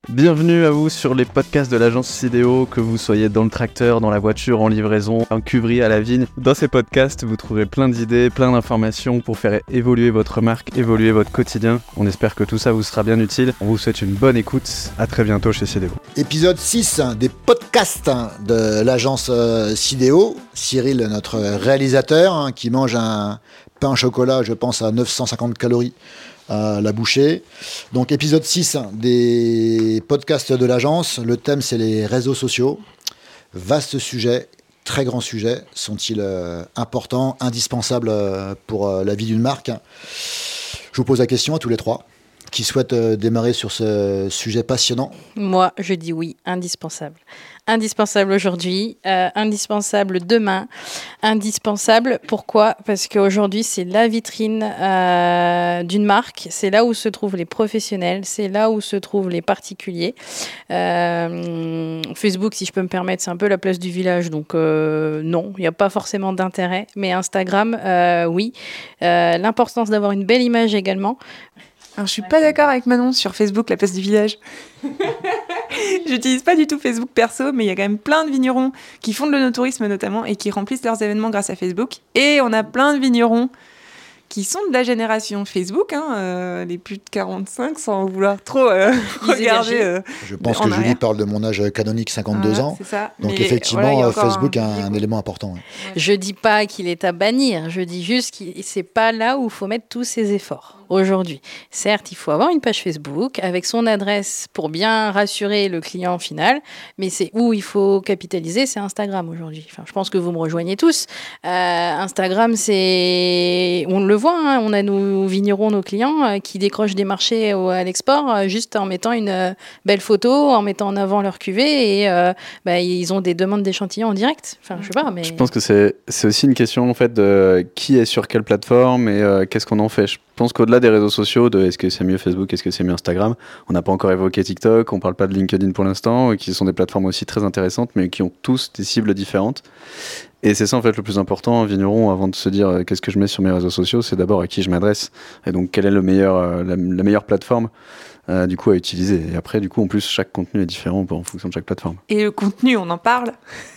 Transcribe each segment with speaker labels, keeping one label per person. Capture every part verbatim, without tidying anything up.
Speaker 1: Bienvenue à vous sur les podcasts de l'agence Sidéo, que vous soyez dans le tracteur, dans la voiture, en livraison, en cuverie, à la vigne. Dans ces podcasts, vous trouverez plein d'idées, plein d'informations pour faire évoluer votre marque, évoluer votre quotidien. On espère que tout ça vous sera bien utile. On vous souhaite une bonne écoute. À très bientôt chez Sidéo.
Speaker 2: Épisode six des podcasts de l'agence Sidéo. Cyril, notre réalisateur, qui mange un pain au chocolat, je pense, à neuf cent cinquante calories. À la bouchée. Donc épisode six des podcasts de l'agence. Le thème, c'est les réseaux sociaux. Vaste sujet, très grand sujet. Sont-ils euh, importants, indispensables euh, pour euh, la vie d'une marque ? Je vous pose la question à tous les trois. Qui souhaite euh, démarrer sur ce sujet passionnant ?
Speaker 3: Moi, je dis oui, indispensable. Indispensable aujourd'hui, euh, indispensable demain, indispensable. Pourquoi ? Parce qu'aujourd'hui, c'est la vitrine euh, d'une marque. C'est là où se trouvent les professionnels, c'est là où se trouvent les particuliers. Euh, Facebook, si je peux me permettre, c'est un peu la place du village. Donc euh, non, il n'y a pas forcément d'intérêt. Mais Instagram, euh, oui. Euh, l'importance d'avoir une belle image également.
Speaker 4: Alors, je suis pas d'accord avec Manon sur Facebook, la place du village. J'utilise pas du tout Facebook perso, mais il y a quand même plein de vignerons qui font de l'œnotourisme notamment et qui remplissent leurs événements grâce à Facebook. Et on a plein de vignerons qui sont de la génération Facebook, hein, euh, les plus de quarante-cinq, sans vouloir trop euh, regarder. Euh,
Speaker 2: je pense que Julie arrière. Parle de mon âge canonique, cinquante-deux voilà, ans.
Speaker 4: C'est ça.
Speaker 2: Donc
Speaker 4: mais
Speaker 2: effectivement,
Speaker 4: voilà,
Speaker 2: Facebook
Speaker 4: un,
Speaker 2: a un, un élément important. Ouais.
Speaker 3: Je dis pas qu'il est à bannir, je dis juste que c'est pas là où il faut mettre tous ses efforts. Aujourd'hui. Certes, il faut avoir une page Facebook avec son adresse pour bien rassurer le client final, mais c'est où il faut capitaliser, c'est Instagram aujourd'hui. Enfin, je pense que vous me rejoignez tous. Euh, Instagram, c'est... On le voit, hein, on a nos vignerons, nos clients euh, qui décrochent des marchés au, à l'export euh, juste en mettant une euh, belle photo, en mettant en avant leur cuvée et euh, bah, ils ont des demandes d'échantillons en direct. Enfin, je sais pas, mais...
Speaker 1: Je pense que c'est, c'est aussi une question en fait, de qui est sur quelle plateforme et euh, qu'est-ce qu'on en fait. Je pense qu'au-delà des réseaux sociaux, de est-ce que c'est mieux Facebook, est-ce que c'est mieux Instagram, on n'a pas encore évoqué TikTok, on parle pas de LinkedIn pour l'instant, qui sont des plateformes aussi très intéressantes, mais qui ont tous des cibles différentes. Et c'est ça en fait le plus important, un vigneron, avant de se dire euh, qu'est-ce que je mets sur mes réseaux sociaux, c'est d'abord à qui je m'adresse. Et donc quelle est le meilleur, euh, la, la meilleure plateforme euh, du coup à utiliser. Et après, du coup, en plus, chaque contenu est différent en fonction de chaque plateforme.
Speaker 4: Et le contenu, on en parle.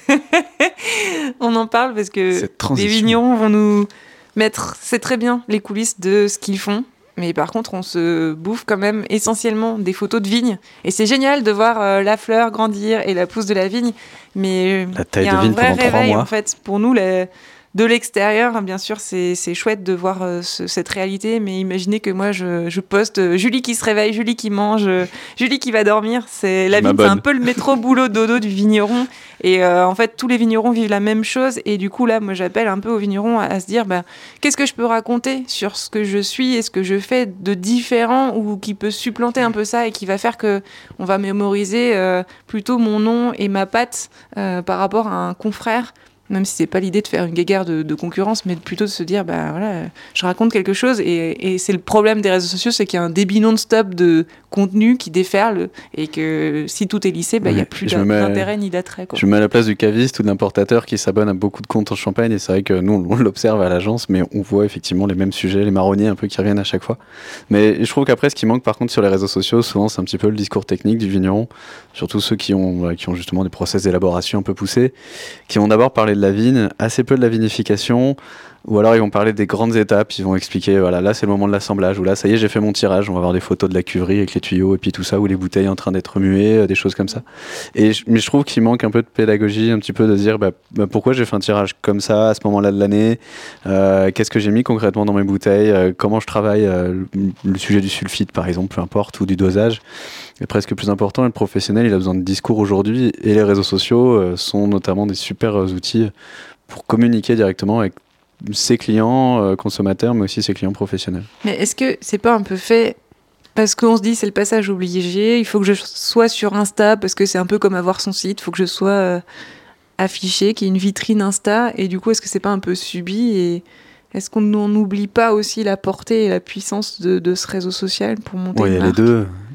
Speaker 4: On en parle parce que des vignerons vont nous mettre, c'est très bien, les coulisses de ce qu'ils font. Mais par contre, on se bouffe quand même essentiellement des photos de vignes. Et c'est génial de voir euh, la fleur grandir et la pousse de la vigne. Mais il y a un vrai réveil, en fait. Pour nous, les, de l'extérieur, bien sûr, c'est, c'est chouette de voir euh, ce, cette réalité. Mais imaginez que moi, je, je poste euh, Julie qui se réveille, Julie qui mange, euh, Julie qui va dormir. C'est, la vigne, c'est un peu le métro boulot dodo du vigneron. Et euh, en fait, tous les vignerons vivent la même chose. Et du coup, là, moi, j'appelle un peu aux vignerons à, à se dire, bah, qu'est-ce que je peux raconter sur ce que je suis et ce que je fais de différent ou qui peut supplanter un peu ça et qui va faire que on va mémoriser euh, plutôt mon nom et ma patte euh, par rapport à un confrère. Même si c'est pas l'idée de faire une guéguerre de, de concurrence, mais plutôt de se dire, bah voilà, je raconte quelque chose. Et, et c'est le problème des réseaux sociaux, c'est qu'il y a un débit non-stop de contenu qui déferle et que si tout est lissé, bah il oui, y a plus d'intérêt ni d'attrait. Quoi.
Speaker 1: Je me mets à la place du caviste ou de l'importateur qui s'abonne à beaucoup de comptes en Champagne. Et c'est vrai que nous, on l'observe à l'agence, mais on voit effectivement les mêmes sujets, les marronniers un peu qui reviennent à chaque fois. Mais je trouve qu'après, ce qui manque par contre sur les réseaux sociaux, souvent, c'est un petit peu le discours technique du vigneron, surtout ceux qui ont, qui ont justement des process d'élaboration un peu poussés, qui vont d'abord parler de la vigne, assez peu de la vinification, ou alors ils vont parler des grandes étapes, ils vont expliquer, voilà, là c'est le moment de l'assemblage, ou là ça y est j'ai fait mon tirage, on va avoir des photos de la cuverie avec les tuyaux et puis tout ça, ou les bouteilles en train d'être muées, des choses comme ça. Et je, mais je trouve qu'il manque un peu de pédagogie, un petit peu de dire bah, bah, pourquoi j'ai fait un tirage comme ça à ce moment-là de l'année, euh, qu'est-ce que j'ai mis concrètement dans mes bouteilles, euh, comment je travaille, euh, le, le sujet du sulfite par exemple, peu importe, ou du dosage. Et presque plus important, le professionnel il a besoin de discours aujourd'hui, et les réseaux sociaux euh, sont notamment des super euh, outils pour communiquer directement avec ses clients euh, consommateurs, mais aussi ses clients professionnels.
Speaker 4: Mais est-ce que c'est pas un peu fait parce qu'on se dit c'est le passage obligé, il faut que je sois sur Insta parce que c'est un peu comme avoir son site, il faut que je sois euh, affiché, qu'il y ait une vitrine Insta, et du coup est-ce que c'est pas un peu subi et est-ce qu'on n'oublie pas aussi la portée et la puissance de, de ce réseau social pour monter
Speaker 1: ouais,
Speaker 4: une marque ?
Speaker 1: Ouais, il y a les deux.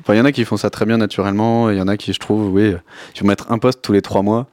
Speaker 1: Enfin, il y en a qui font ça très bien naturellement, il y en a qui, je trouve, oui, ils vont mettre un post tous les trois mois.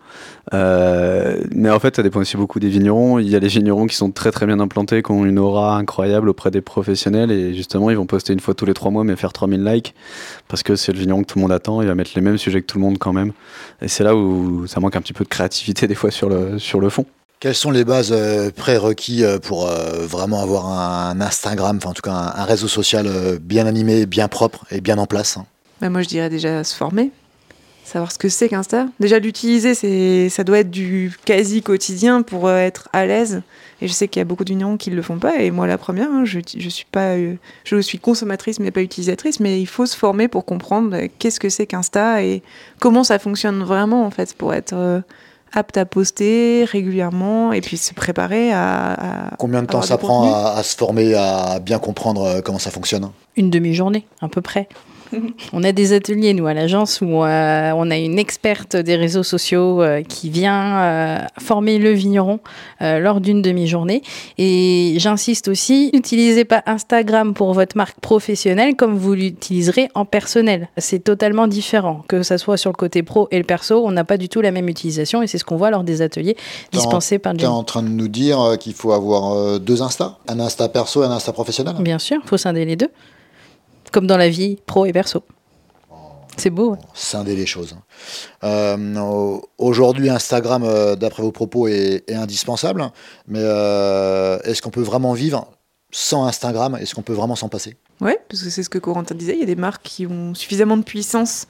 Speaker 1: Euh, mais en fait, ça dépend aussi beaucoup des vignerons. Il y a les vignerons qui sont très très bien implantés, qui ont une aura incroyable auprès des professionnels, et justement, ils vont poster une fois tous les trois mois, mais faire trois mille likes, parce que c'est le vigneron que tout le monde attend, il va mettre les mêmes sujets que tout le monde quand même. Et c'est là où ça manque un petit peu de créativité des fois sur le, sur le fond.
Speaker 2: Quelles sont les bases euh, prérequis euh, pour euh, vraiment avoir un Instagram, enfin en tout cas un, un réseau social euh, bien animé, bien propre et bien en place, hein?
Speaker 4: Bah moi je dirais déjà se former, savoir ce que c'est qu'Insta. Déjà l'utiliser, c'est, ça doit être du quasi quotidien pour euh, être à l'aise. Et je sais qu'il y a beaucoup de vignerons qui ne le font pas, et moi la première, hein, je, je, suis pas, euh, je suis consommatrice mais pas utilisatrice, mais il faut se former pour comprendre euh, qu'est-ce que c'est qu'Insta et comment ça fonctionne vraiment en fait pour être... Euh, apte à poster régulièrement et puis se préparer à... à
Speaker 2: Combien de temps ça prend à, à se former, à bien comprendre comment ça fonctionne?
Speaker 3: Une demi-journée, à peu près. On a des ateliers, nous, à l'agence, où euh, on a une experte des réseaux sociaux euh, qui vient euh, former le vigneron euh, lors d'une demi-journée. Et j'insiste aussi, n'utilisez pas Instagram pour votre marque professionnelle comme vous l'utiliserez en personnel. C'est totalement différent. Que ça soit sur le côté pro et le perso, on n'a pas du tout la même utilisation, et c'est ce qu'on voit lors des ateliers dispensés par Jenny.
Speaker 2: Tu es en train de nous dire qu'il faut avoir euh, deux Insta, un Insta perso et un Insta professionnel?
Speaker 3: Bien sûr, il faut scinder les deux. Comme dans la vie pro et perso. C'est beau. Ouais.
Speaker 2: Scinder les choses. Euh, aujourd'hui, Instagram, euh, d'après vos propos, est, est indispensable. Mais euh, est-ce qu'on peut vraiment vivre sans Instagram? Est-ce qu'on peut vraiment s'en passer?
Speaker 4: Oui, parce que c'est ce que Corentin disait. Il y a des marques qui ont suffisamment de puissance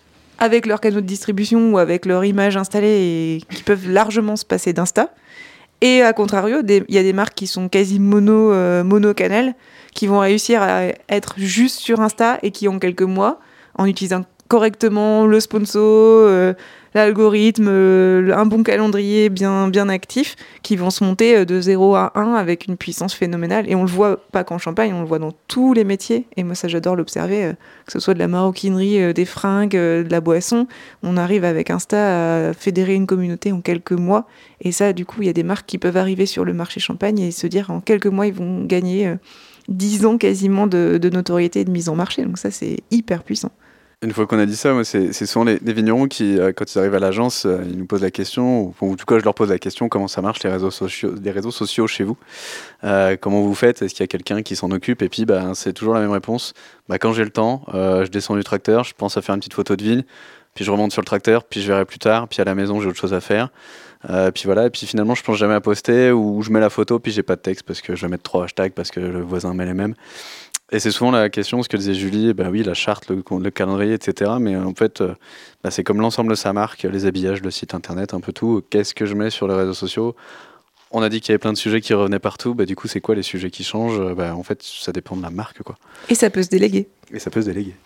Speaker 4: avec leur canaux de distribution ou avec leur image installée et qui peuvent largement se passer d'Insta. Et à contrario, il y a des marques qui sont quasi mono, euh, mono-canal, qui vont réussir à être juste sur Insta et qui, en quelques mois, en utilisant correctement le sponsor, euh, l'algorithme, euh, un bon calendrier bien, bien actif, qui vont se monter de zéro à un avec une puissance phénoménale. Et on le voit pas qu'en Champagne, on le voit dans tous les métiers. Et moi, ça, j'adore l'observer, euh, que ce soit de la maroquinerie, euh, des fringues, euh, de la boisson. On arrive avec Insta à fédérer une communauté en quelques mois. Et ça, du coup, il y a des marques qui peuvent arriver sur le marché Champagne et se dire en quelques mois, ils vont gagner... Euh, dix ans quasiment de, de notoriété et de mise en marché. Donc ça, c'est hyper puissant.
Speaker 1: Une fois qu'on a dit ça, moi, c'est, c'est souvent les, les vignerons qui, euh, quand ils arrivent à l'agence, euh, ils nous posent la question, ou, ou en tout cas, je leur pose la question, comment ça marche les réseaux sociaux, les réseaux sociaux chez vous? euh, Comment vous faites? Est-ce qu'il y a quelqu'un qui s'en occupe? Et puis, bah, c'est toujours la même réponse. Bah, quand j'ai le temps, euh, je descends du tracteur, je pense à faire une petite photo de vigne, puis je remonte sur le tracteur, puis je verrai plus tard, puis à la maison, j'ai autre chose à faire. Euh, puis voilà, et puis finalement, je pense jamais à poster, ou je mets la photo, puis j'ai pas de texte parce que je vais mettre trois hashtags parce que le voisin met les mêmes. Et c'est souvent la question, ce que disait Julie, bah oui, la charte, le, le calendrier, et cetera. Mais en fait, euh, bah c'est comme l'ensemble de sa marque, les habillages, le site internet, un peu tout. Qu'est-ce que je mets sur les réseaux sociaux? On a dit qu'il y avait plein de sujets qui revenaient partout. Bah, du coup, c'est quoi les sujets qui changent? Bah, en fait, ça dépend de la marque, quoi.
Speaker 4: Et ça peut se déléguer.
Speaker 1: Et ça peut se déléguer.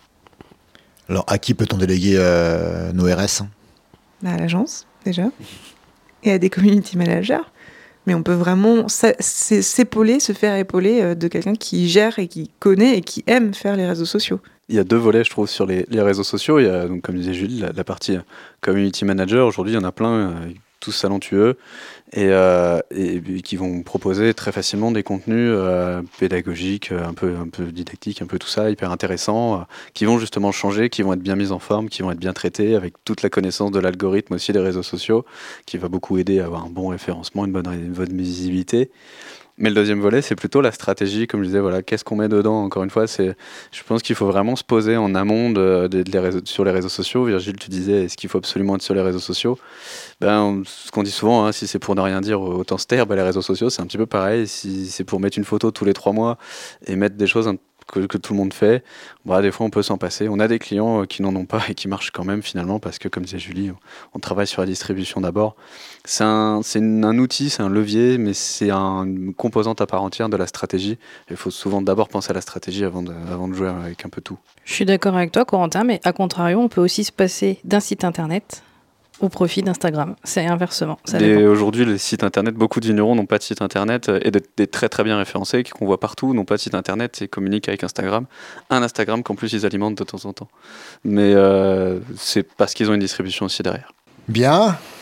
Speaker 2: Alors, à qui peut-on déléguer euh, nos R S?
Speaker 4: Bah, à l'agence, déjà. Et à des community managers. Mais on peut vraiment s'épauler, se faire épauler de quelqu'un qui gère et qui connaît et qui aime faire les réseaux sociaux.
Speaker 1: Il y a deux volets, je trouve, sur les, les réseaux sociaux. Il y a, donc, comme disait Julie, la, la partie community manager. Aujourd'hui, il y en a plein, euh, tous talentueux, et, euh, et, et qui vont proposer très facilement des contenus euh, pédagogiques, un peu, un peu didactiques, un peu tout ça, hyper intéressants, euh, qui vont justement changer, qui vont être bien mis en forme, qui vont être bien traités, avec toute la connaissance de l'algorithme aussi des réseaux sociaux, qui va beaucoup aider à avoir un bon référencement, une bonne, une bonne visibilité. Mais le deuxième volet, c'est plutôt la stratégie, comme je disais, voilà, qu'est-ce qu'on met dedans? Encore une fois, c'est, je pense qu'il faut vraiment se poser en amont de, de, de les réseaux, sur les réseaux sociaux. Virgile, tu disais, est-ce qu'il faut absolument être sur les réseaux sociaux? Ben, ce qu'on dit souvent, hein, si c'est pour ne rien dire, autant se taire. Ben, les réseaux sociaux, c'est un petit peu pareil. Si c'est pour mettre une photo tous les trois mois et mettre des choses un Que, que tout le monde fait, bah, des fois on peut s'en passer. On a des clients qui n'en ont pas et qui marchent quand même finalement parce que, comme disait Julie, on, on travaille sur la distribution d'abord. C'est, un, c'est une, un outil, c'est un levier, mais c'est un, une composante à part entière de la stratégie. Il faut souvent d'abord penser à la stratégie avant de, avant de jouer avec un peu tout.
Speaker 3: Je suis d'accord avec toi, Corentin, mais à contrario, on peut aussi se passer d'un site internet au profit d'Instagram. C'est inversement. Ça
Speaker 1: et aujourd'hui, les sites internet, beaucoup de vignerons n'ont pas de site internet et des, des très très bien référencés qu'on voit partout, n'ont pas de site internet et communiquent avec Instagram. Un Instagram qu'en plus ils alimentent de temps en temps. Mais euh, c'est parce qu'ils ont une distribution aussi derrière.
Speaker 2: Bien.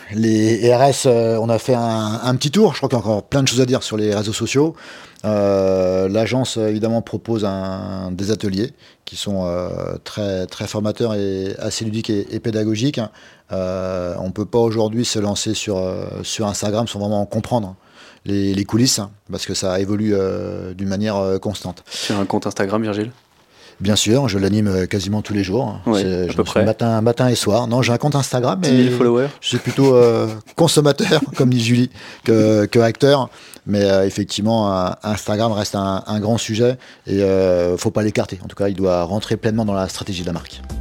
Speaker 2: les R S, euh, on a fait un, un petit tour. Je crois qu'il y a encore plein de choses à dire sur les réseaux sociaux. Euh, l'agence, évidemment, propose un, des ateliers qui sont euh, très, très formateurs et assez ludiques et, et pédagogiques. Euh, on ne peut pas aujourd'hui se lancer sur, euh, sur Instagram sans vraiment en comprendre les, les coulisses, parce que ça évolue euh, d'une manière euh, constante.
Speaker 1: Tu as un compte Instagram, Virgile ?
Speaker 2: Bien sûr, je l'anime quasiment tous les jours.
Speaker 1: Ouais,
Speaker 2: c'est,
Speaker 1: à peu près.
Speaker 2: Matin, matin et soir. Non, j'ai un compte Instagram.
Speaker 1: dix mille followers.
Speaker 2: Je suis plutôt euh, consommateur, comme dit Julie, que, que acteur. Mais euh, effectivement, euh, Instagram reste un, un grand sujet et il euh, ne faut pas l'écarter. En tout cas, il doit rentrer pleinement dans la stratégie de la marque.